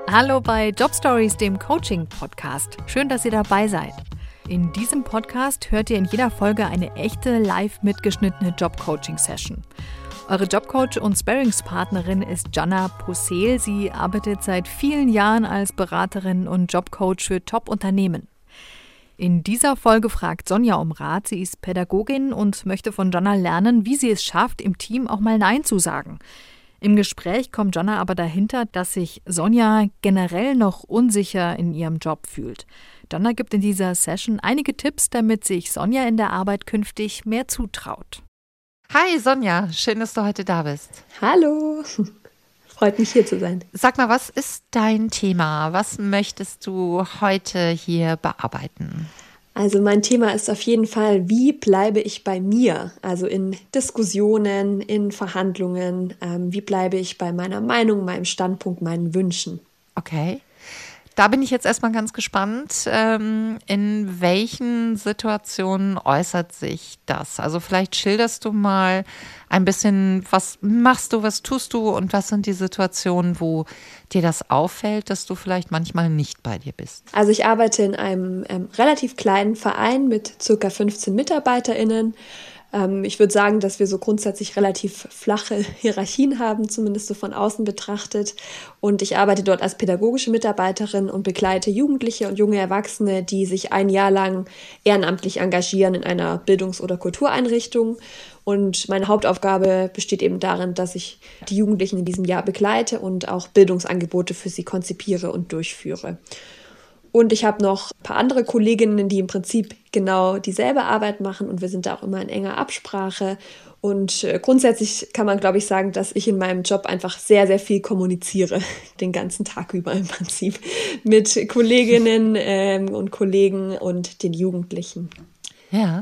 Hallo bei Job Stories, dem Coaching-Podcast. Schön, dass ihr dabei seid. In diesem Podcast hört ihr in jeder Folge eine echte, live mitgeschnittene Job-Coaching-Session. Eure Jobcoach und Sparringspartnerin ist Jana Possehl. Sie arbeitet seit vielen Jahren als Beraterin und Jobcoach für Top-Unternehmen. In dieser Folge fragt Sonja um Rat. Sie ist Pädagogin und möchte von Jana lernen, wie sie es schafft, im Team auch mal Nein zu sagen. Im Gespräch kommt Jana aber dahinter, dass sich Sonja generell noch unsicher in ihrem Job fühlt. Jana gibt in dieser Session einige Tipps, damit sich Sonja in der Arbeit künftig mehr zutraut. Hi Sonja, schön, dass du heute da bist. Hallo, freut mich hier zu sein. Sag mal, was ist dein Thema? Was möchtest du heute hier bearbeiten? Also mein Thema ist auf jeden Fall, wie bleibe ich bei mir? Also in Diskussionen, in Verhandlungen, wie bleibe ich bei meiner Meinung, meinem Standpunkt, meinen Wünschen? Okay. Da bin ich jetzt erstmal ganz gespannt, in welchen Situationen äußert sich das? Also vielleicht schilderst du mal ein bisschen, was machst du, was tust du und was sind die Situationen, wo dir das auffällt, dass du vielleicht manchmal nicht bei dir bist? Also ich arbeite in einem relativ kleinen Verein mit ca. 15 MitarbeiterInnen. Ich würde sagen, dass wir so grundsätzlich relativ flache Hierarchien haben, zumindest so von außen betrachtet. Und ich arbeite dort als pädagogische Mitarbeiterin und begleite Jugendliche und junge Erwachsene, die sich ein Jahr lang ehrenamtlich engagieren in einer Bildungs- oder Kultureinrichtung. Und meine Hauptaufgabe besteht eben darin, dass ich die Jugendlichen in diesem Jahr begleite und auch Bildungsangebote für sie konzipiere und durchführe. Und ich habe noch ein paar andere Kolleginnen, die im Prinzip genau dieselbe Arbeit machen und wir sind da auch immer in enger Absprache. Und grundsätzlich kann man, glaube ich, sagen, dass ich in meinem Job einfach sehr, sehr viel kommuniziere, den ganzen Tag über im Prinzip, mit Kolleginnen und Kollegen und den Jugendlichen. Ja.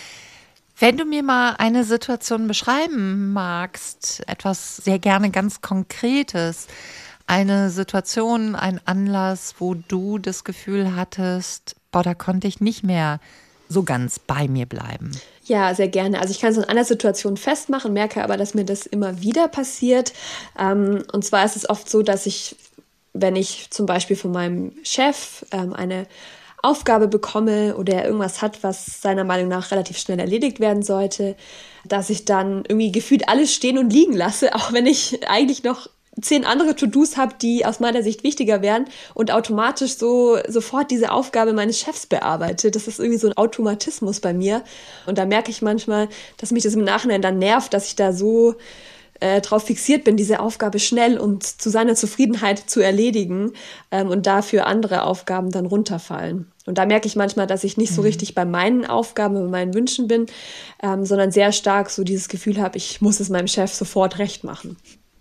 Wenn du mir mal eine Situation beschreiben magst, etwas sehr gerne ganz Konkretes, eine Situation, ein Anlass, wo du das Gefühl hattest, da konnte ich nicht mehr so ganz bei mir bleiben. Ja, sehr gerne. Also ich kann es an einer Situation festmachen, merke aber, dass mir das immer wieder passiert. Und zwar ist es oft so, dass ich, wenn ich zum Beispiel von meinem Chef eine Aufgabe bekomme oder er irgendwas hat, was seiner Meinung nach relativ schnell erledigt werden sollte, dass ich dann irgendwie gefühlt alles stehen und liegen lasse, auch wenn ich eigentlich noch 10 andere To-Dos habe, die aus meiner Sicht wichtiger wären und automatisch so sofort diese Aufgabe meines Chefs bearbeite. Das ist irgendwie so ein Automatismus bei mir. Und da merke ich manchmal, dass mich das im Nachhinein dann nervt, dass ich da so drauf fixiert bin, diese Aufgabe schnell und zu seiner Zufriedenheit zu erledigen und dafür andere Aufgaben dann runterfallen. Und da merke ich manchmal, dass ich nicht so richtig bei meinen Aufgaben, bei meinen Wünschen bin, sondern sehr stark so dieses Gefühl habe, ich muss es meinem Chef sofort recht machen.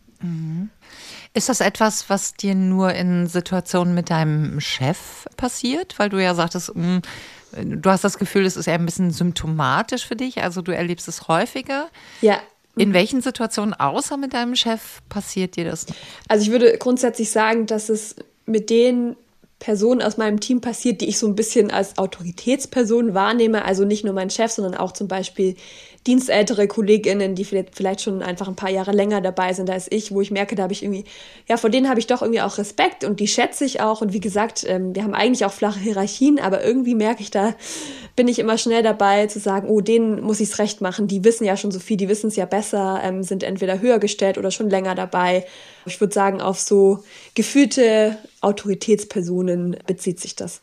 Ist das etwas, was dir nur in Situationen mit deinem Chef passiert? Weil du ja sagtest, du hast das Gefühl, es ist eher ein bisschen symptomatisch für dich, also du erlebst es häufiger. Ja. In welchen Situationen außer mit deinem Chef passiert dir das? Also ich würde grundsätzlich sagen, dass es mit den Personen aus meinem Team passiert, die ich so ein bisschen als Autoritätsperson wahrnehme. Also nicht nur mein Chef, sondern auch zum Beispiel dienstältere KollegInnen, die vielleicht schon einfach ein paar Jahre länger dabei sind als ich, wo ich merke, da habe ich irgendwie, ja, vor denen habe ich doch irgendwie auch Respekt und die schätze ich auch. Und wie gesagt, wir haben eigentlich auch flache Hierarchien, aber irgendwie merke ich, da bin ich immer schnell dabei zu sagen, oh, denen muss ich es recht machen. Die wissen ja schon so viel, die wissen es ja besser, sind entweder höher gestellt oder schon länger dabei. Ich würde sagen, auf so gefühlte Autoritätspersonen bezieht sich das.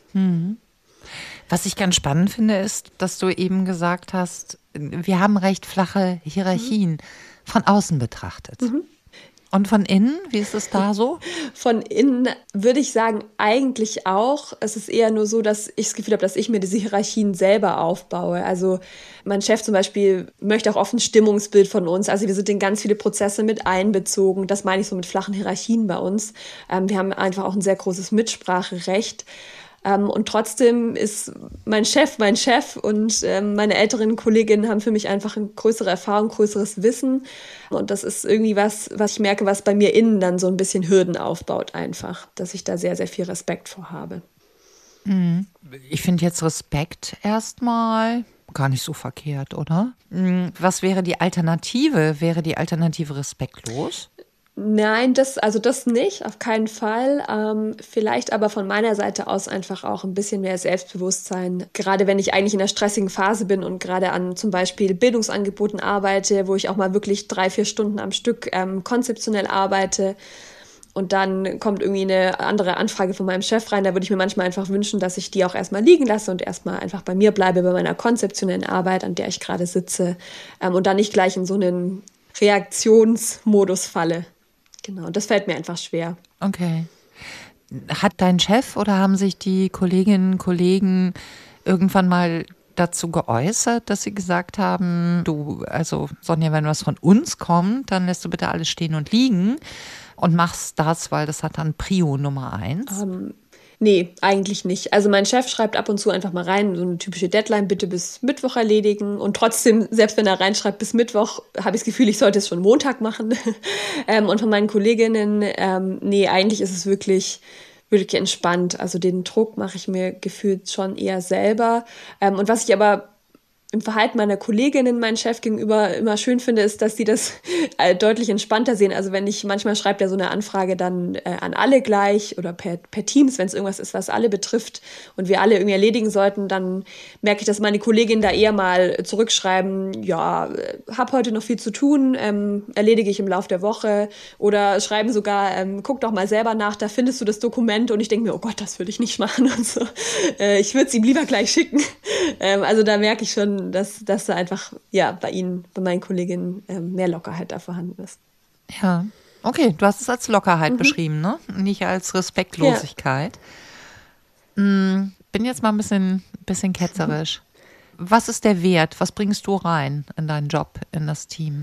Was ich ganz spannend finde, ist, dass du eben gesagt hast, wir haben recht flache Hierarchien von außen betrachtet. Und von innen, wie ist es da so? Von innen würde ich sagen, eigentlich auch. Es ist eher nur so, dass ich das Gefühl habe, dass ich mir diese Hierarchien selber aufbaue. Also mein Chef zum Beispiel möchte auch oft ein Stimmungsbild von uns. Also wir sind in ganz viele Prozesse mit einbezogen. Das meine ich so mit flachen Hierarchien bei uns. Wir haben einfach auch ein sehr großes Mitspracherecht. Und trotzdem ist mein Chef und meine älteren Kolleginnen haben für mich einfach eine größere Erfahrung, größeres Wissen. Und das ist irgendwie was ich merke, was bei mir innen dann so ein bisschen Hürden aufbaut einfach, dass ich da sehr, sehr viel Respekt vor habe. Ich finde jetzt Respekt erstmal gar nicht so verkehrt, oder? Was wäre die Alternative? Wäre die Alternative respektlos? Nein, das nicht, auf keinen Fall. Vielleicht aber von meiner Seite aus einfach auch ein bisschen mehr Selbstbewusstsein. Gerade wenn ich eigentlich in einer stressigen Phase bin und gerade an zum Beispiel Bildungsangeboten arbeite, wo ich auch mal wirklich 3-4 Stunden am Stück konzeptionell arbeite. Und dann kommt irgendwie eine andere Anfrage von meinem Chef rein. Da würde ich mir manchmal einfach wünschen, dass ich die auch erstmal liegen lasse und erstmal einfach bei mir bleibe, bei meiner konzeptionellen Arbeit, an der ich gerade sitze. Und dann nicht gleich in so einen Reaktionsmodus falle. Genau, das fällt mir einfach schwer. Okay. Hat dein Chef oder haben sich die Kolleginnen und Kollegen irgendwann mal dazu geäußert, dass sie gesagt haben, du, also Sonja, wenn was von uns kommt, dann lässt du bitte alles stehen und liegen und machst das, weil das hat dann Prio Nummer 1? Nee, eigentlich nicht. Also mein Chef schreibt ab und zu einfach mal rein, so eine typische Deadline, bitte bis Mittwoch erledigen. Und trotzdem, selbst wenn er reinschreibt bis Mittwoch, habe ich das Gefühl, ich sollte es schon Montag machen. Und von meinen Kolleginnen, nee, eigentlich ist es wirklich entspannt. Also den Druck mache ich mir gefühlt schon eher selber. Und was ich aber im Verhalten meiner Kolleginnen, meinem Chef gegenüber immer schön finde, ist, dass die das deutlich entspannter sehen. Also manchmal schreibt er so eine Anfrage dann an alle gleich oder per Teams, wenn es irgendwas ist, was alle betrifft und wir alle irgendwie erledigen sollten, dann merke ich, dass meine Kolleginnen da eher mal zurückschreiben, ja, hab heute noch viel zu tun, erledige ich im Laufe der Woche, oder schreiben sogar, guck doch mal selber nach, da findest du das Dokument, und ich denke mir, oh Gott, das würde ich nicht machen und so. Ich würde es ihm lieber gleich schicken. Also da merke ich schon, dass da einfach, ja, bei meinen Kolleginnen mehr Lockerheit da vorhanden ist. Ja, okay, du hast es als Lockerheit beschrieben, ne? Nicht als Respektlosigkeit. Ja. Bin jetzt mal ein bisschen ketzerisch. Was ist der Wert? Was bringst du rein in deinen Job, in das Team?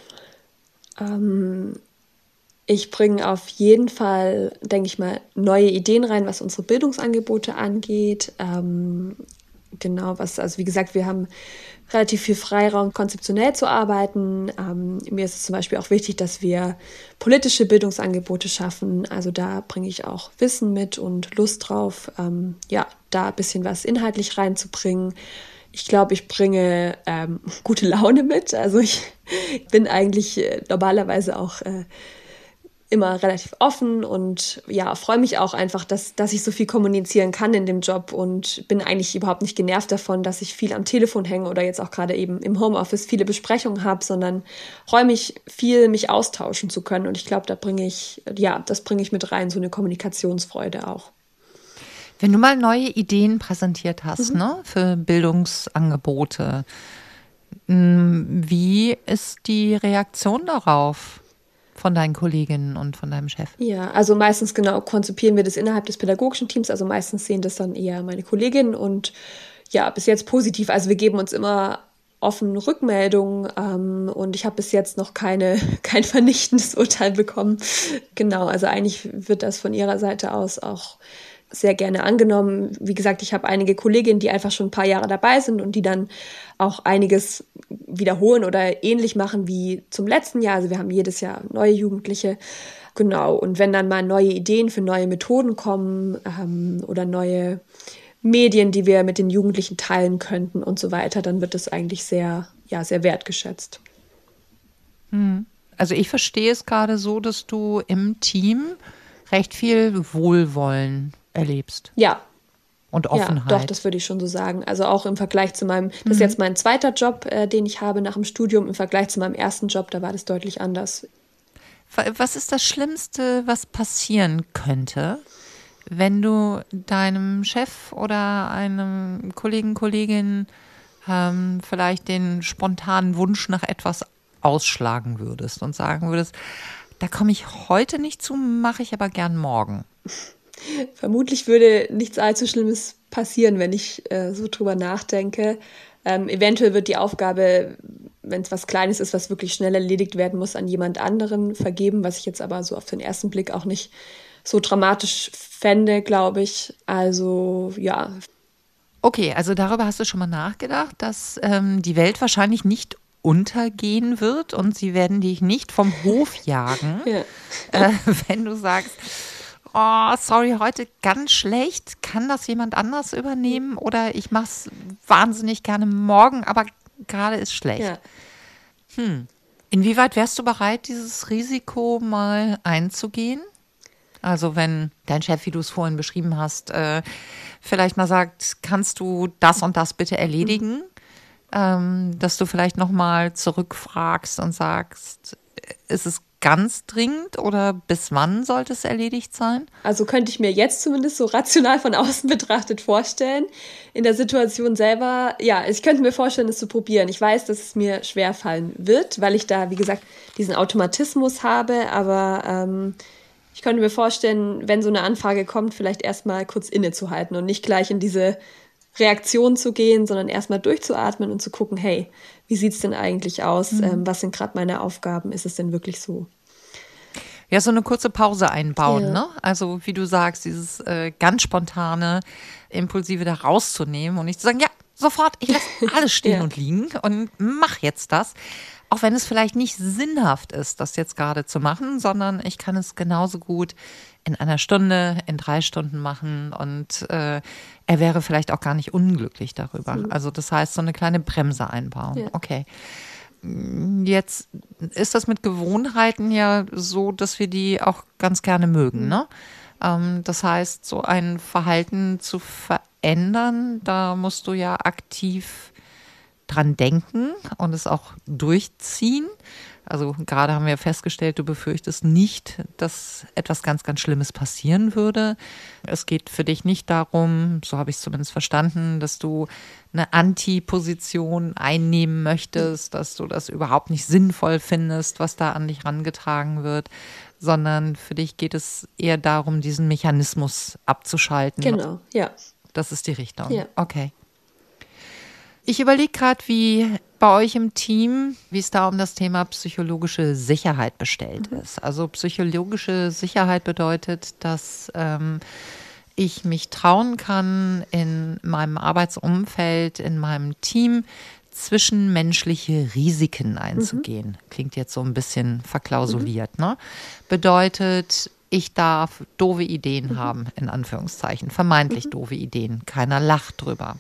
Ich bringe auf jeden Fall, denke ich mal, neue Ideen rein, was unsere Bildungsangebote angeht. Genau, also wie gesagt, wir haben relativ viel Freiraum, konzeptionell zu arbeiten. Mir ist es zum Beispiel auch wichtig, dass wir politische Bildungsangebote schaffen. Also da bringe ich auch Wissen mit und Lust drauf, da ein bisschen was inhaltlich reinzubringen. Ich glaube, ich bringe gute Laune mit. Also ich bin eigentlich normalerweise auch immer relativ offen und ja, freue mich auch einfach, dass ich so viel kommunizieren kann in dem Job, und bin eigentlich überhaupt nicht genervt davon, dass ich viel am Telefon hänge oder jetzt auch gerade eben im Homeoffice viele Besprechungen habe, sondern freue mich viel, mich austauschen zu können, und ich glaube, das bringe ich mit rein, so eine Kommunikationsfreude auch. Wenn du mal neue Ideen präsentiert hast, ne, für Bildungsangebote, wie ist die Reaktion darauf von deinen Kolleginnen und von deinem Chef? Ja, also meistens genau konzipieren wir das innerhalb des pädagogischen Teams, also meistens sehen das dann eher meine Kolleginnen, und ja, bis jetzt positiv. Also wir geben uns immer offen Rückmeldungen, und ich habe bis jetzt noch kein vernichtendes Urteil bekommen. Genau, also eigentlich wird das von ihrer Seite aus auch sehr gerne angenommen. Wie gesagt, ich habe einige Kolleginnen, die einfach schon ein paar Jahre dabei sind und die dann auch einiges wiederholen oder ähnlich machen wie zum letzten Jahr. Also wir haben jedes Jahr neue Jugendliche. Genau, und wenn dann mal neue Ideen für neue Methoden kommen oder neue Medien, die wir mit den Jugendlichen teilen könnten und so weiter, dann wird das eigentlich sehr wertgeschätzt. Also ich verstehe es gerade so, dass du im Team recht viel Wohlwollen erlebst. Ja. Und Offenheit. Ja, doch, das würde ich schon so sagen. Also auch im Vergleich zu das ist jetzt mein zweiter Job, den ich habe nach dem Studium. Im Vergleich zu meinem ersten Job, da war das deutlich anders. Was ist das Schlimmste, was passieren könnte, wenn du deinem Chef oder einem Kollegin vielleicht den spontanen Wunsch nach etwas ausschlagen würdest und sagen würdest, da komme ich heute nicht zu, mache ich aber gern morgen? Vermutlich würde nichts allzu Schlimmes passieren, wenn ich so drüber nachdenke. Eventuell wird die Aufgabe, wenn es was Kleines ist, was wirklich schnell erledigt werden muss, an jemand anderen vergeben, was ich jetzt aber so auf den ersten Blick auch nicht so dramatisch fände, glaube ich. Also, ja. Okay, also darüber hast du schon mal nachgedacht, dass die Welt wahrscheinlich nicht untergehen wird und sie werden dich nicht vom Hof jagen, wenn du sagst, oh, sorry, heute ganz schlecht, kann das jemand anders übernehmen oder ich mache es wahnsinnig gerne morgen, aber gerade ist schlecht. Ja. Inwieweit wärst du bereit, dieses Risiko mal einzugehen? Also wenn dein Chef, wie du es vorhin beschrieben hast, vielleicht mal sagt, kannst du das und das bitte erledigen? Dass du vielleicht nochmal zurückfragst und sagst, ist es ganz dringend oder bis wann sollte es erledigt sein? Also könnte ich mir jetzt zumindest so rational von außen betrachtet vorstellen. In der Situation selber, ja, ich könnte mir vorstellen, es zu probieren. Ich weiß, dass es mir schwerfallen wird, weil ich da, wie gesagt, diesen Automatismus habe. Aber ich könnte mir vorstellen, wenn so eine Anfrage kommt, vielleicht erstmal kurz innezuhalten und nicht gleich in diese Reaktion zu gehen, sondern erstmal durchzuatmen und zu gucken, hey, wie sieht's denn eigentlich aus? Was sind gerade meine Aufgaben? Ist es denn wirklich so? Ja, so eine kurze Pause einbauen, Ja. ne? Also wie du sagst, dieses ganz spontane, impulsive da rauszunehmen und nicht zu sagen, ja, sofort, ich lasse alles stehen Ja. und liegen und mach jetzt das. Auch wenn es vielleicht nicht sinnhaft ist, das jetzt gerade zu machen, sondern ich kann es genauso gut in einer Stunde, in 3 Stunden machen und er wäre vielleicht auch gar nicht unglücklich darüber. Also das heißt, so eine kleine Bremse einbauen. Ja. Okay. Jetzt ist das mit Gewohnheiten ja so, dass wir die auch ganz gerne mögen, ne? Das heißt, so ein Verhalten zu verändern, da musst du ja aktiv dran denken und es auch durchziehen. Also gerade haben wir festgestellt, du befürchtest nicht, dass etwas ganz, ganz Schlimmes passieren würde. Es geht für dich nicht darum, so habe ich es zumindest verstanden, dass du eine Anti-Position einnehmen möchtest, dass du das überhaupt nicht sinnvoll findest, was da an dich rangetragen wird, sondern für dich geht es eher darum, diesen Mechanismus abzuschalten. Genau, ja. Das ist die Richtung. Ja. Okay. Ich überlege gerade, wie bei euch im Team, wie es da um das Thema psychologische Sicherheit bestellt ist. Also psychologische Sicherheit bedeutet, dass ich mich trauen kann, in meinem Arbeitsumfeld, in meinem Team zwischenmenschliche Risiken einzugehen. Klingt jetzt so ein bisschen verklausuliert, ne? Bedeutet, ich darf doofe Ideen haben, in Anführungszeichen, vermeintlich doofe Ideen. Keiner lacht drüber.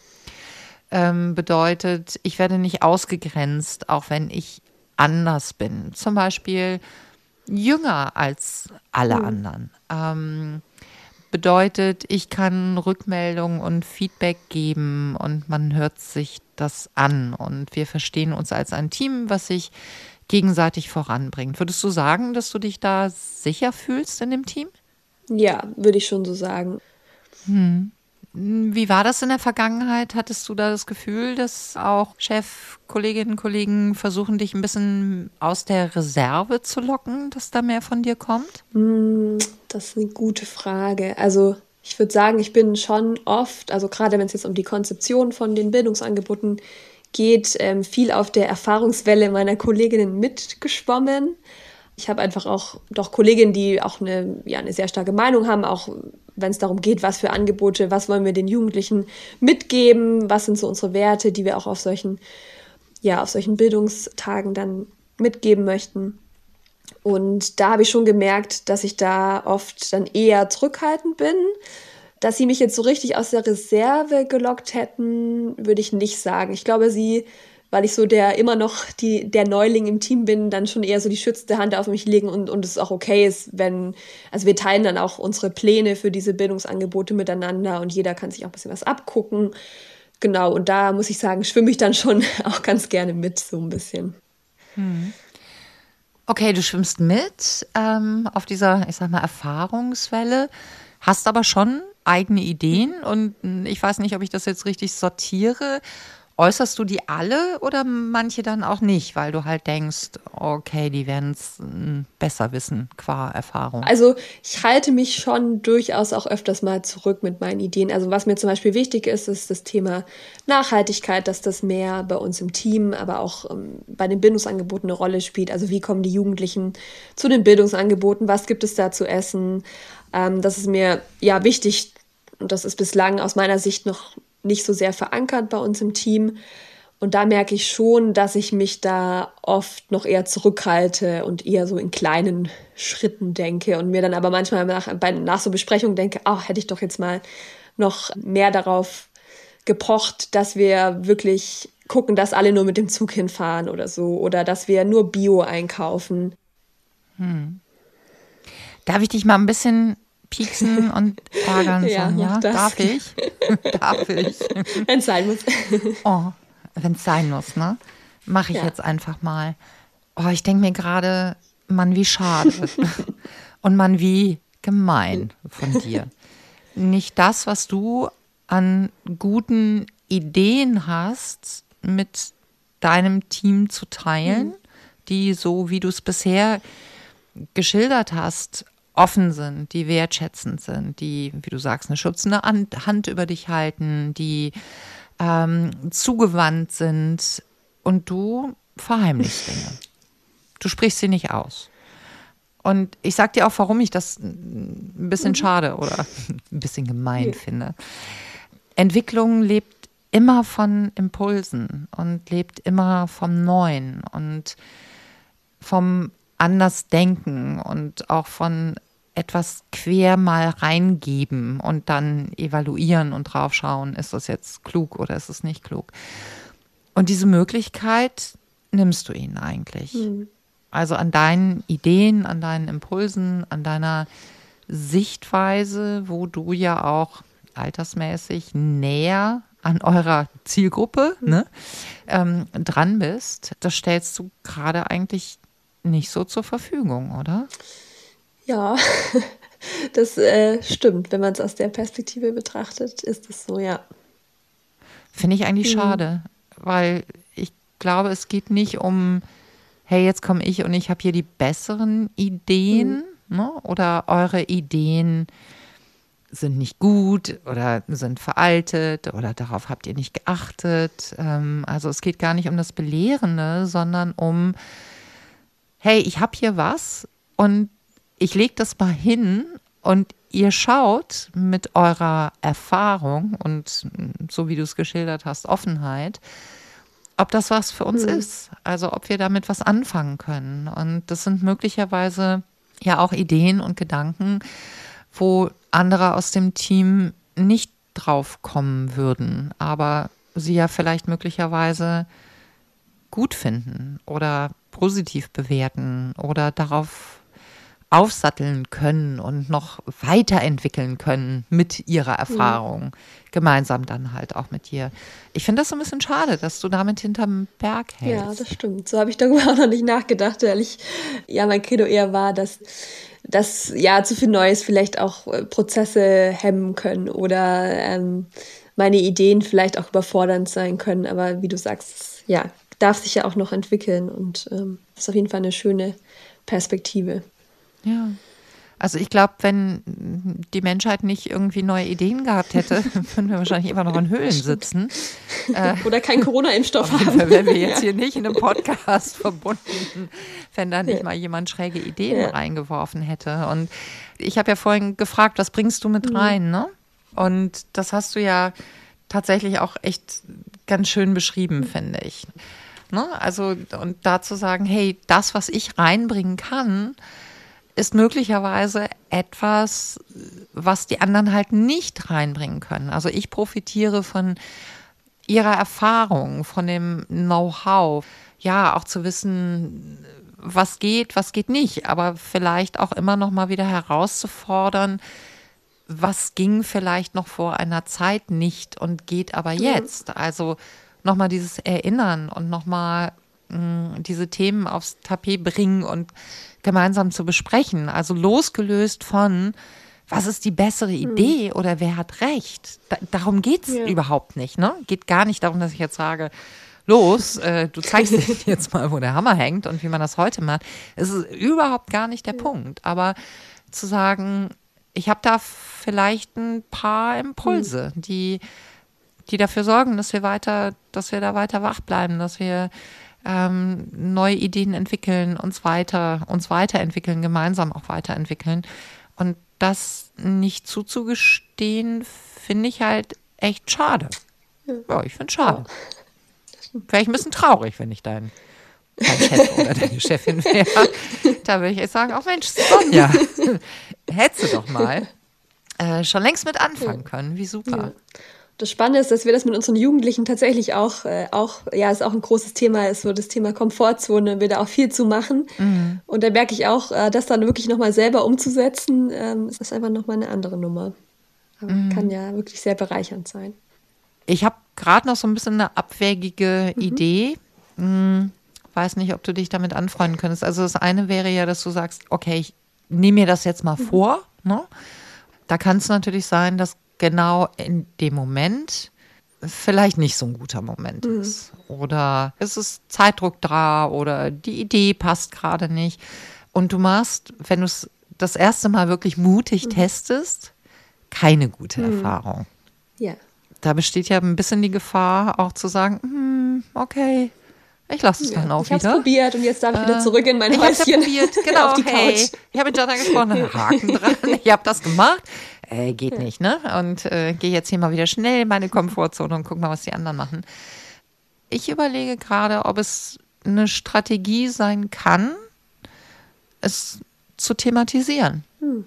Bedeutet, ich werde nicht ausgegrenzt, auch wenn ich anders bin. Zum Beispiel jünger als alle anderen. Bedeutet, ich kann Rückmeldung und Feedback geben und man hört sich das an und wir verstehen uns als ein Team, was sich gegenseitig voranbringt. Würdest du sagen, dass du dich da sicher fühlst in dem Team? Ja, würde ich schon so sagen. Wie war das in der Vergangenheit? Hattest du da das Gefühl, dass auch Chef, Kolleginnen und Kollegen versuchen, dich ein bisschen aus der Reserve zu locken, dass da mehr von dir kommt? Das ist eine gute Frage. Also ich würde sagen, ich bin schon oft, also gerade wenn es jetzt um die Konzeption von den Bildungsangeboten geht, viel auf der Erfahrungswelle meiner Kolleginnen mitgeschwommen. Ich habe einfach auch doch Kolleginnen, die auch eine sehr starke Meinung haben, auch wenn es darum geht, was für Angebote, was wollen wir den Jugendlichen mitgeben, was sind so unsere Werte, die wir auch auf solchen Bildungstagen dann mitgeben möchten. Und da habe ich schon gemerkt, dass ich da oft dann eher zurückhaltend bin. Dass sie mich jetzt so richtig aus der Reserve gelockt hätten, würde ich nicht sagen. Ich glaube, weil ich so der Neuling im Team bin, dann schon eher so die schützende Hand auf mich legen und es auch okay ist, also wir teilen dann auch unsere Pläne für diese Bildungsangebote miteinander und jeder kann sich auch ein bisschen was abgucken. Genau, und da muss ich sagen, schwimme ich dann schon auch ganz gerne mit, so ein bisschen. Okay, du schwimmst mit auf dieser, ich sag mal, Erfahrungswelle, hast aber schon eigene Ideen und ich weiß nicht, ob ich das jetzt richtig sortiere. Äußerst du die alle oder manche dann auch nicht, weil du halt denkst, okay, die werden es besser wissen, qua Erfahrung? Also ich halte mich schon durchaus auch öfters mal zurück mit meinen Ideen. Also was mir zum Beispiel wichtig ist, ist das Thema Nachhaltigkeit, dass das mehr bei uns im Team, aber auch bei den Bildungsangeboten eine Rolle spielt. Also wie kommen die Jugendlichen zu den Bildungsangeboten, was gibt es da zu essen? Das ist mir ja wichtig und das ist bislang aus meiner Sicht noch nicht so sehr verankert bei uns im Team. Und da merke ich schon, dass ich mich da oft noch eher zurückhalte und eher so in kleinen Schritten denke und mir dann aber manchmal nach so Besprechungen denke, hätte ich doch jetzt mal noch mehr darauf gepocht, dass wir wirklich gucken, dass alle nur mit dem Zug hinfahren oder so oder dass wir nur Bio einkaufen. Darf ich dich mal ein bisschen pieksen und ärgern? Ja, mach das. Darf ich? Darf ich? Wenn es sein muss. Oh, wenn es sein muss, ne? Mache ich jetzt einfach mal. Oh, ich denke mir gerade, Mann, wie schade. Und Mann, wie gemein von dir. Nicht das, was du an guten Ideen hast, mit deinem Team zu teilen, die, so wie du es bisher geschildert hast, offen sind, die wertschätzend sind, die, wie du sagst, eine schützende Hand über dich halten, die zugewandt sind, und du verheimlichst Dinge. Du sprichst sie nicht aus. Und ich sag dir auch, warum ich das ein bisschen schade oder ein bisschen gemein finde. Entwicklung lebt immer von Impulsen und lebt immer vom Neuen und vom Andersdenken und auch von etwas quer mal reingeben und dann evaluieren und draufschauen, ist das jetzt klug oder ist es nicht klug. Und diese Möglichkeit nimmst du ihnen eigentlich. Also an deinen Ideen, an deinen Impulsen, an deiner Sichtweise, wo du ja auch altersmäßig näher an eurer Zielgruppe dran bist, das stellst du gerade eigentlich nicht so zur Verfügung, oder? Ja, das stimmt. Wenn man es aus der Perspektive betrachtet, ist es so, ja. Finde ich eigentlich schade, weil ich glaube, es geht nicht um, hey, jetzt komme ich und ich habe hier die besseren Ideen, ne? Oder eure Ideen sind nicht gut oder sind veraltet oder darauf habt ihr nicht geachtet. Also es geht gar nicht um das Belehrende, sondern um, hey, ich habe hier was und ich lege das mal hin und ihr schaut mit eurer Erfahrung und so wie du es geschildert hast, Offenheit, ob das was für uns ist. Also ob wir damit was anfangen können. Und das sind möglicherweise ja auch Ideen und Gedanken, wo andere aus dem Team nicht drauf kommen würden, aber sie ja vielleicht möglicherweise gut finden oder positiv bewerten oder darauf aufsatteln können und noch weiterentwickeln können mit ihrer Erfahrung, gemeinsam dann halt auch mit dir. Ich finde das so ein bisschen schade, dass du damit hinterm Berg hältst. Ja, das stimmt. So habe ich darüber auch noch nicht nachgedacht, weil mein Credo eher war, dass zu viel Neues vielleicht auch Prozesse hemmen können oder meine Ideen vielleicht auch überfordernd sein können. Aber wie du sagst, ja, darf sich ja auch noch entwickeln und das ist auf jeden Fall eine schöne Perspektive. Ja, also ich glaube, wenn die Menschheit nicht irgendwie neue Ideen gehabt hätte, würden wir wahrscheinlich immer noch in Höhlen sitzen. Oder keinen Corona-Impfstoff haben. Wenn wir jetzt hier nicht in einem Podcast verbunden, wenn da nicht mal jemand schräge Ideen reingeworfen hätte. Und ich habe ja vorhin gefragt, was bringst du mit rein, ne? Und das hast du ja tatsächlich auch echt ganz schön beschrieben, finde ich. Ne? Also, und da zu sagen, hey, das, was ich reinbringen kann, ist möglicherweise etwas, was die anderen halt nicht reinbringen können. Also ich profitiere von ihrer Erfahrung, von dem Know-how. Ja, auch zu wissen, was geht nicht. Aber vielleicht auch immer noch mal wieder herauszufordern, was ging vielleicht noch vor einer Zeit nicht und geht aber jetzt. Also noch mal dieses Erinnern und noch mal diese Themen aufs Tapet bringen und gemeinsam zu besprechen. Also losgelöst von, was ist die bessere Idee oder wer hat recht. Darum geht es überhaupt nicht. Ne? Geht gar nicht darum, dass ich jetzt sage, los, du zeigst dir jetzt mal, wo der Hammer hängt und wie man das heute macht. Es ist überhaupt gar nicht der Punkt. Aber zu sagen, ich habe da vielleicht ein paar Impulse, die dafür sorgen, dass wir da weiter wach bleiben, dass wir neue Ideen entwickeln, uns weiterentwickeln, gemeinsam auch weiterentwickeln. Und das nicht zuzugestehen, finde ich halt echt schade. Ja, ich finde es schade. Wäre ich ein bisschen traurig, wenn ich dein Chef oder deine Chefin wäre. Da würde ich jetzt sagen, Mensch, Sonja, hättest du doch mal schon längst mit anfangen können. Wie super. Das Spannende ist, dass wir das mit unseren Jugendlichen tatsächlich auch ist auch ein großes Thema, ist so das Thema Komfortzone, wir da auch viel zu machen. Und da merke ich auch, das dann wirklich nochmal selber umzusetzen, ist einfach nochmal eine andere Nummer. Aber kann ja wirklich sehr bereichernd sein. Ich habe gerade noch so ein bisschen eine abwägige Idee. Weiß nicht, ob du dich damit anfreunden könntest. Also das eine wäre ja, dass du sagst, okay, ich nehme mir das jetzt mal vor. Ne? Da kann es natürlich sein, dass genau in dem Moment vielleicht nicht so ein guter Moment ist. Oder es ist Zeitdruck da oder die Idee passt gerade nicht. Und du machst, wenn du es das erste Mal wirklich mutig testest, keine gute Erfahrung. Ja. Da besteht ja ein bisschen die Gefahr, auch zu sagen, okay, ich lasse es dann auch wieder. Ich habe es probiert und jetzt darf ich wieder zurück in mein Häuschen. Genau, auf die Couch. Ich habe mit Jana gesprochen, Haken dran, ich habe das gemacht. Geht nicht, ne? Und gehe jetzt hier mal wieder schnell in meine Komfortzone und guck mal, was die anderen machen. Ich überlege gerade, ob es eine Strategie sein kann, es zu thematisieren.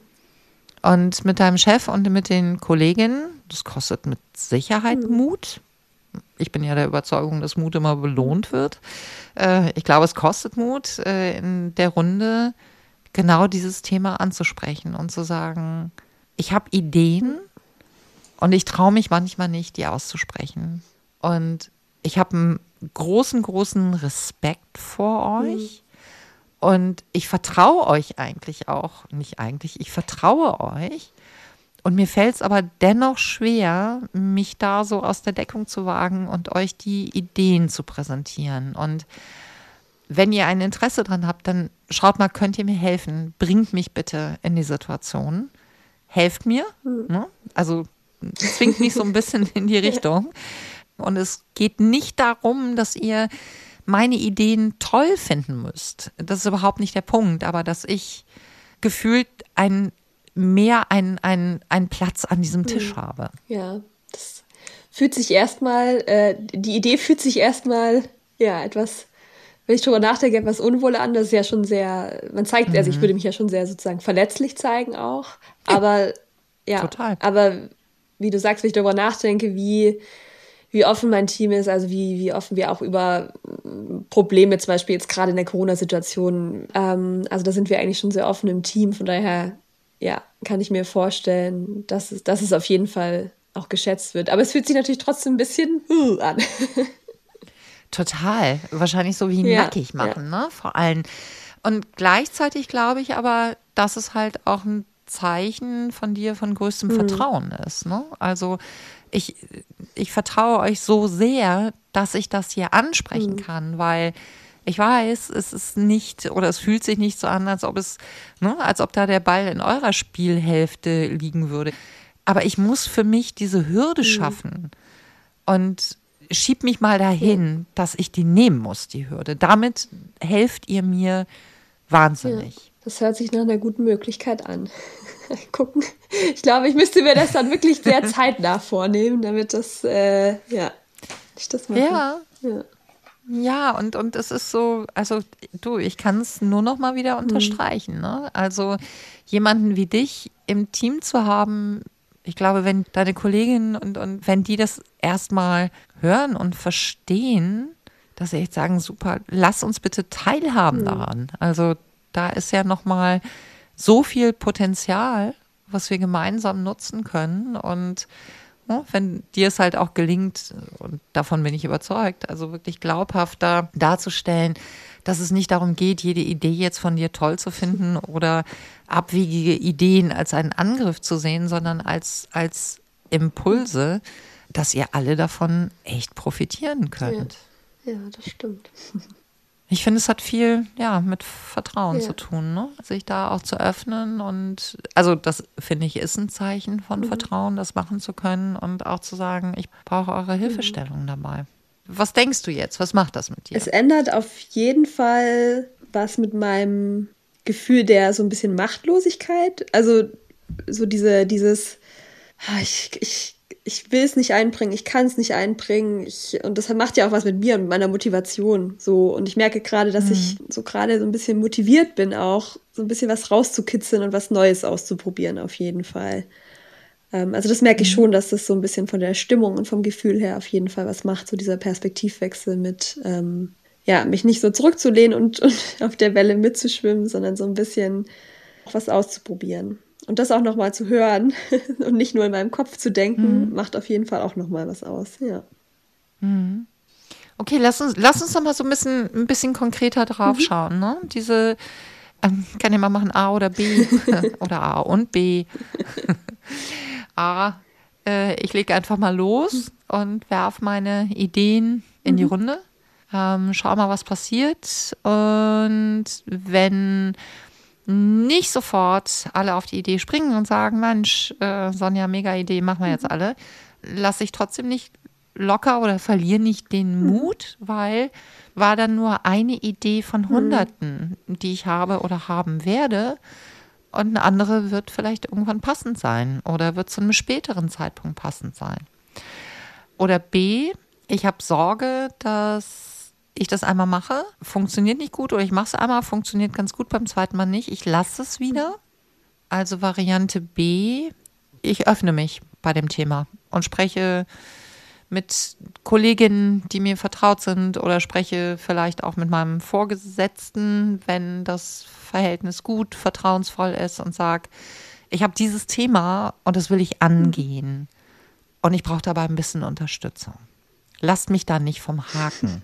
Und mit deinem Chef und mit den Kolleginnen, das kostet mit Sicherheit Mut. Ich bin ja der Überzeugung, dass Mut immer belohnt wird. Ich glaube, es kostet Mut, in der Runde genau dieses Thema anzusprechen und zu sagen, ich habe Ideen und ich traue mich manchmal nicht, die auszusprechen. Und ich habe einen großen, großen Respekt vor euch. Und ich vertraue euch eigentlich auch, nicht eigentlich, ich vertraue euch. Und mir fällt es aber dennoch schwer, mich da so aus der Deckung zu wagen und euch die Ideen zu präsentieren. Und wenn ihr ein Interesse dran habt, dann schaut mal, könnt ihr mir helfen? Bringt mich bitte in die Situation. Helft mir. Ne? Also zwingt mich so ein bisschen in die Richtung. Und es geht nicht darum, dass ihr meine Ideen toll finden müsst. Das ist überhaupt nicht der Punkt. Aber dass ich gefühlt einen Platz an diesem Tisch habe. Ja, das fühlt sich erstmal, die Idee fühlt sich erstmal, etwas, wenn ich drüber nachdenke, etwas unwohl an. Das ist ja schon sehr, man zeigt, also ich würde mich ja schon sehr sozusagen verletzlich zeigen auch. Aber, total. Aber wie du sagst, wenn ich darüber nachdenke, wie offen mein Team ist, also wie offen wir auch über Probleme, zum Beispiel jetzt gerade in der Corona-Situation, also da sind wir eigentlich schon sehr offen im Team, von daher, kann ich mir vorstellen, dass es auf jeden Fall auch geschätzt wird. Aber es fühlt sich natürlich trotzdem ein bisschen an. Total. Wahrscheinlich so wie nackig machen, ne? Vor allem. Und gleichzeitig glaube ich aber, dass es halt auch ein Zeichen von dir von größtem Vertrauen ist, ne? Also ich vertraue euch so sehr, dass ich das hier ansprechen kann, weil ich weiß, es ist nicht, oder es fühlt sich nicht so an, als ob da der Ball in eurer Spielhälfte liegen würde. Aber ich muss für mich diese Hürde schaffen und schieb mich mal dahin, dass ich die nehmen muss, die Hürde. Damit helft ihr mir wahnsinnig. Ja, das hört sich nach einer guten Möglichkeit an. Gucken. Ich glaube, ich müsste mir das dann wirklich sehr zeitnah vornehmen, damit das, ich das mache. Ja, und es ist so, also ich kann es nur noch mal wieder unterstreichen, ne? Also jemanden wie dich im Team zu haben, ich glaube, wenn deine Kolleginnen und wenn die das erstmal hören und verstehen, dass sie echt sagen, super, lass uns bitte teilhaben daran. Also da ist ja noch mal so viel Potenzial, was wir gemeinsam nutzen können. Und wenn dir es halt auch gelingt, und davon bin ich überzeugt, also wirklich glaubhafter darzustellen, dass es nicht darum geht, jede Idee jetzt von dir toll zu finden oder abwegige Ideen als einen Angriff zu sehen, sondern als Impulse, dass ihr alle davon echt profitieren könnt. Ja, das stimmt. Ich finde, es hat viel mit Vertrauen zu tun, ne? Sich da auch zu öffnen und also das, finde ich, ist ein Zeichen von Vertrauen, das machen zu können und auch zu sagen, ich brauche eure Hilfestellung dabei. Was denkst du jetzt? Was macht das mit dir? Es ändert auf jeden Fall was mit meinem Gefühl der so ein bisschen Machtlosigkeit. Also so dieses ich will es nicht einbringen, ich kann es nicht einbringen. Und das macht ja auch was mit mir und mit meiner Motivation. So. Und ich merke gerade, dass ich so gerade so ein bisschen motiviert bin, auch so ein bisschen was rauszukitzeln und was Neues auszuprobieren, auf jeden Fall. Also das merke ich schon, dass das so ein bisschen von der Stimmung und vom Gefühl her auf jeden Fall was macht, so dieser Perspektivwechsel mit, mich nicht so zurückzulehnen und auf der Welle mitzuschwimmen, sondern so ein bisschen was auszuprobieren. Und das auch nochmal zu hören und nicht nur in meinem Kopf zu denken, macht auf jeden Fall auch nochmal was aus, ja. Okay, lass uns noch mal so ein bisschen konkreter drauf schauen, ne? Diese, kann ja mal machen A oder B oder A und B. A, ich lege einfach mal los und werfe meine Ideen in die Runde. Schau mal, was passiert. Und wenn nicht sofort alle auf die Idee springen und sagen, Mensch, Sonja, mega Idee, machen wir jetzt alle, lasse ich trotzdem nicht locker oder verliere nicht den Mut, weil war dann nur eine Idee von Hunderten, die ich habe oder haben werde. Und eine andere wird vielleicht irgendwann passend sein oder wird zu einem späteren Zeitpunkt passend sein. Oder B, ich habe Sorge, dass ich das einmal mache, funktioniert nicht gut oder ich mache es einmal, funktioniert ganz gut, beim zweiten Mal nicht, ich lasse es wieder. Also Variante B, ich öffne mich bei dem Thema und spreche mit Kolleginnen, die mir vertraut sind oder spreche vielleicht auch mit meinem Vorgesetzten, wenn das Verhältnis gut, vertrauensvoll ist und sage, ich habe dieses Thema und das will ich angehen und ich brauche dabei ein bisschen Unterstützung. Lasst mich da nicht vom Haken.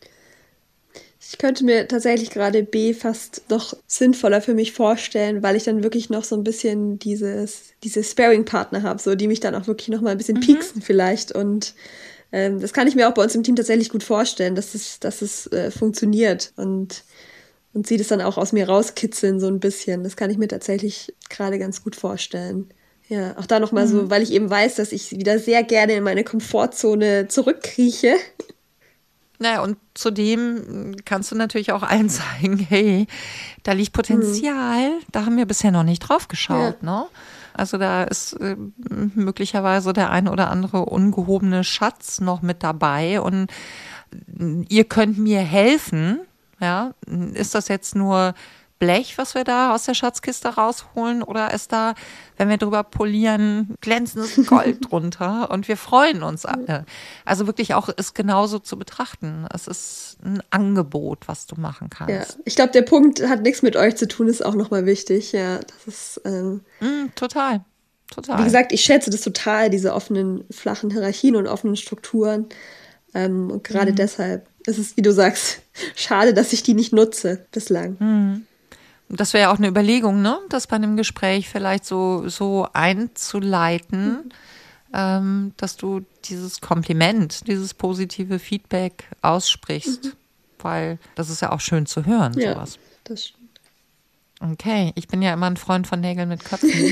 Ich könnte mir tatsächlich gerade B fast noch sinnvoller für mich vorstellen, weil ich dann wirklich noch so ein bisschen diese Sparring-Partner habe, so die mich dann auch wirklich noch mal ein bisschen pieksen vielleicht. Und das kann ich mir auch bei uns im Team tatsächlich gut vorstellen, dass es funktioniert und sie das dann auch aus mir rauskitzeln so ein bisschen. Das kann ich mir tatsächlich gerade ganz gut vorstellen. Ja, auch da noch mal so, weil ich eben weiß, dass ich wieder sehr gerne in meine Komfortzone zurückkrieche. Naja, und zudem kannst du natürlich auch allen zeigen, hey, da liegt Potenzial, da haben wir bisher noch nicht drauf geschaut, ne? Also da ist möglicherweise der ein oder andere ungehobene Schatz noch mit dabei und ihr könnt mir helfen, ja? Ist das jetzt nur Blech, was wir da aus der Schatzkiste rausholen, oder ist da, wenn wir drüber polieren, glänzendes Gold drunter und wir freuen uns alle. Also wirklich auch ist genauso zu betrachten. Es ist ein Angebot, was du machen kannst. Ja, ich glaube, der Punkt hat nichts mit euch zu tun, ist auch nochmal wichtig. Ja, das ist total. Wie gesagt, ich schätze das total, diese offenen, flachen Hierarchien und offenen Strukturen. Und gerade deshalb ist es, wie du sagst, schade, dass ich die nicht nutze bislang. Das wäre ja auch eine Überlegung, ne? Das bei einem Gespräch vielleicht so einzuleiten, dass du dieses Kompliment, dieses positive Feedback aussprichst, weil das ist ja auch schön zu hören, sowas. Das stimmt. Okay, ich bin ja immer ein Freund von Nägeln mit Köpfen. Ne?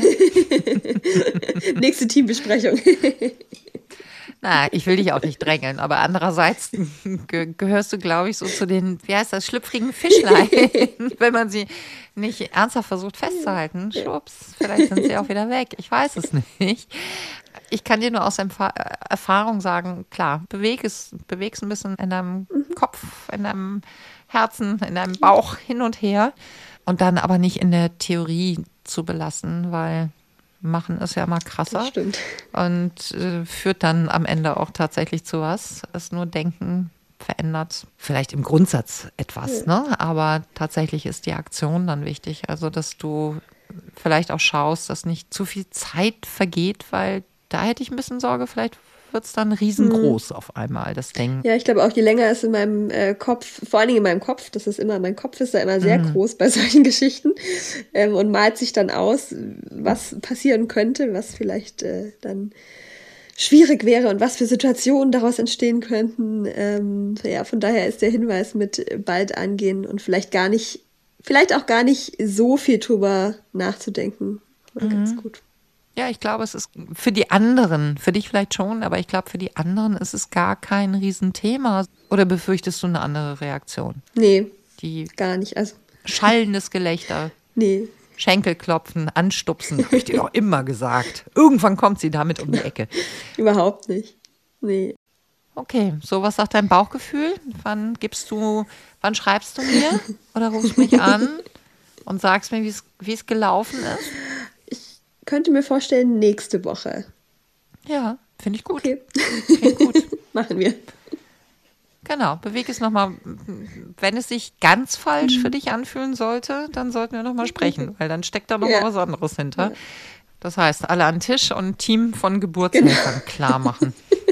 Nächste Teambesprechung. Na, ich will dich auch nicht drängeln, aber andererseits gehörst du, glaube ich, so zu den, wie heißt das, schlüpfrigen Fischlein, wenn man sie nicht ernsthaft versucht festzuhalten. Schwupps, vielleicht sind sie auch wieder weg. Ich weiß es nicht. Ich kann dir nur aus Erfahrung sagen, klar, beweg es ein bisschen in deinem Kopf, in deinem Herzen, in deinem Bauch hin und her und dann aber nicht in der Theorie zu belassen, weil machen ist ja immer krasser. Das stimmt. Und führt dann am Ende auch tatsächlich zu was. Es nur Denken verändert vielleicht im Grundsatz etwas, ne? Aber tatsächlich ist die Aktion dann wichtig. Also, dass du vielleicht auch schaust, dass nicht zu viel Zeit vergeht, weil da hätte ich ein bisschen Sorge, vielleicht wird es dann riesengroß auf einmal, das Ding. Ja, ich glaube auch, je länger es in meinem Kopf, vor allen Dingen in meinem Kopf, mein Kopf ist da immer sehr groß bei solchen Geschichten und malt sich dann aus, was passieren könnte, was vielleicht dann schwierig wäre und was für Situationen daraus entstehen könnten. Von daher ist der Hinweis mit bald angehen und vielleicht auch gar nicht so viel drüber nachzudenken. Ganz gut. Ja, ich glaube, es ist für die anderen, für dich vielleicht schon, aber ich glaube, für die anderen ist es gar kein Riesenthema. Oder befürchtest du eine andere Reaktion? Nee, gar nicht. Also schallendes Gelächter. Nee. Schenkelklopfen, anstupsen, habe ich dir doch immer gesagt. Irgendwann kommt sie damit um die Ecke. Überhaupt nicht. Nee. Okay, so was sagt dein Bauchgefühl? Wann schreibst du mir oder rufst mich an und sagst mir, wie es gelaufen ist? könnte mir vorstellen, nächste Woche. Ja, finde ich gut. Okay. Klingt gut. Machen wir. Genau, beweg es nochmal. Wenn es sich ganz falsch für dich anfühlen sollte, dann sollten wir nochmal sprechen, weil dann steckt da nochmal was anderes hinter. Ja. Das heißt, alle an den Tisch und ein Team von Geburtshelfern klar machen.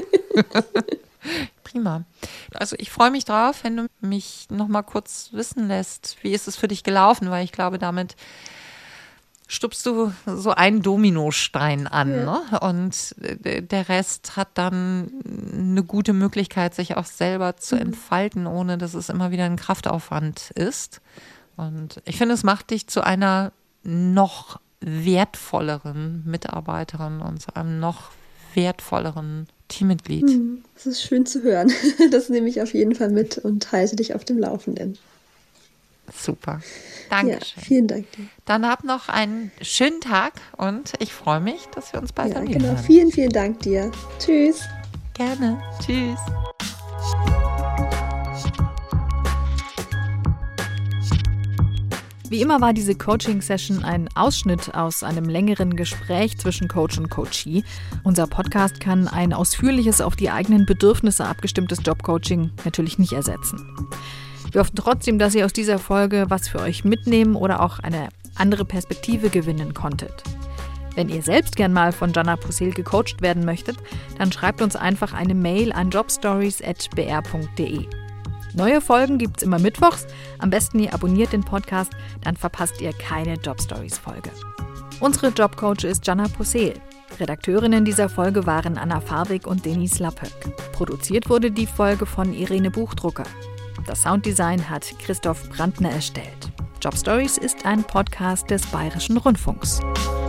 Prima. Also ich freue mich drauf, wenn du mich nochmal kurz wissen lässt, wie ist es für dich gelaufen, weil ich glaube, damit stupst du so einen Dominostein an, ne? Und der Rest hat dann eine gute Möglichkeit, sich auch selber zu entfalten, ohne dass es immer wieder ein Kraftaufwand ist. Und ich finde, es macht dich zu einer noch wertvolleren Mitarbeiterin und zu einem noch wertvolleren Teammitglied. Das ist schön zu hören. Das nehme ich auf jeden Fall mit und halte dich auf dem Laufenden. Super. Dankeschön. Ja, vielen Dank dir. Dann hab noch einen schönen Tag und ich freue mich, dass wir uns bald wieder hören. Vielen, vielen Dank dir. Tschüss. Gerne. Tschüss. Wie immer war diese Coaching-Session ein Ausschnitt aus einem längeren Gespräch zwischen Coach und Coachee. Unser Podcast kann ein ausführliches, auf die eigenen Bedürfnisse abgestimmtes Jobcoaching natürlich nicht ersetzen. Wir hoffen trotzdem, dass ihr aus dieser Folge was für euch mitnehmen oder auch eine andere Perspektive gewinnen konntet. Wenn ihr selbst gern mal von Jana Possehl gecoacht werden möchtet, dann schreibt uns einfach eine Mail an jobstories@br.de. Neue Folgen gibt's immer mittwochs. Am besten ihr abonniert den Podcast, dann verpasst ihr keine Jobstories-Folge. Unsere Jobcoach ist Jana Possehl. Redakteurinnen dieser Folge waren Anna Farbig und Denise Lappöck. Produziert wurde die Folge von Irene Buchdrucker. Das Sounddesign hat Christoph Brandner erstellt. Jobstories ist ein Podcast des Bayerischen Rundfunks.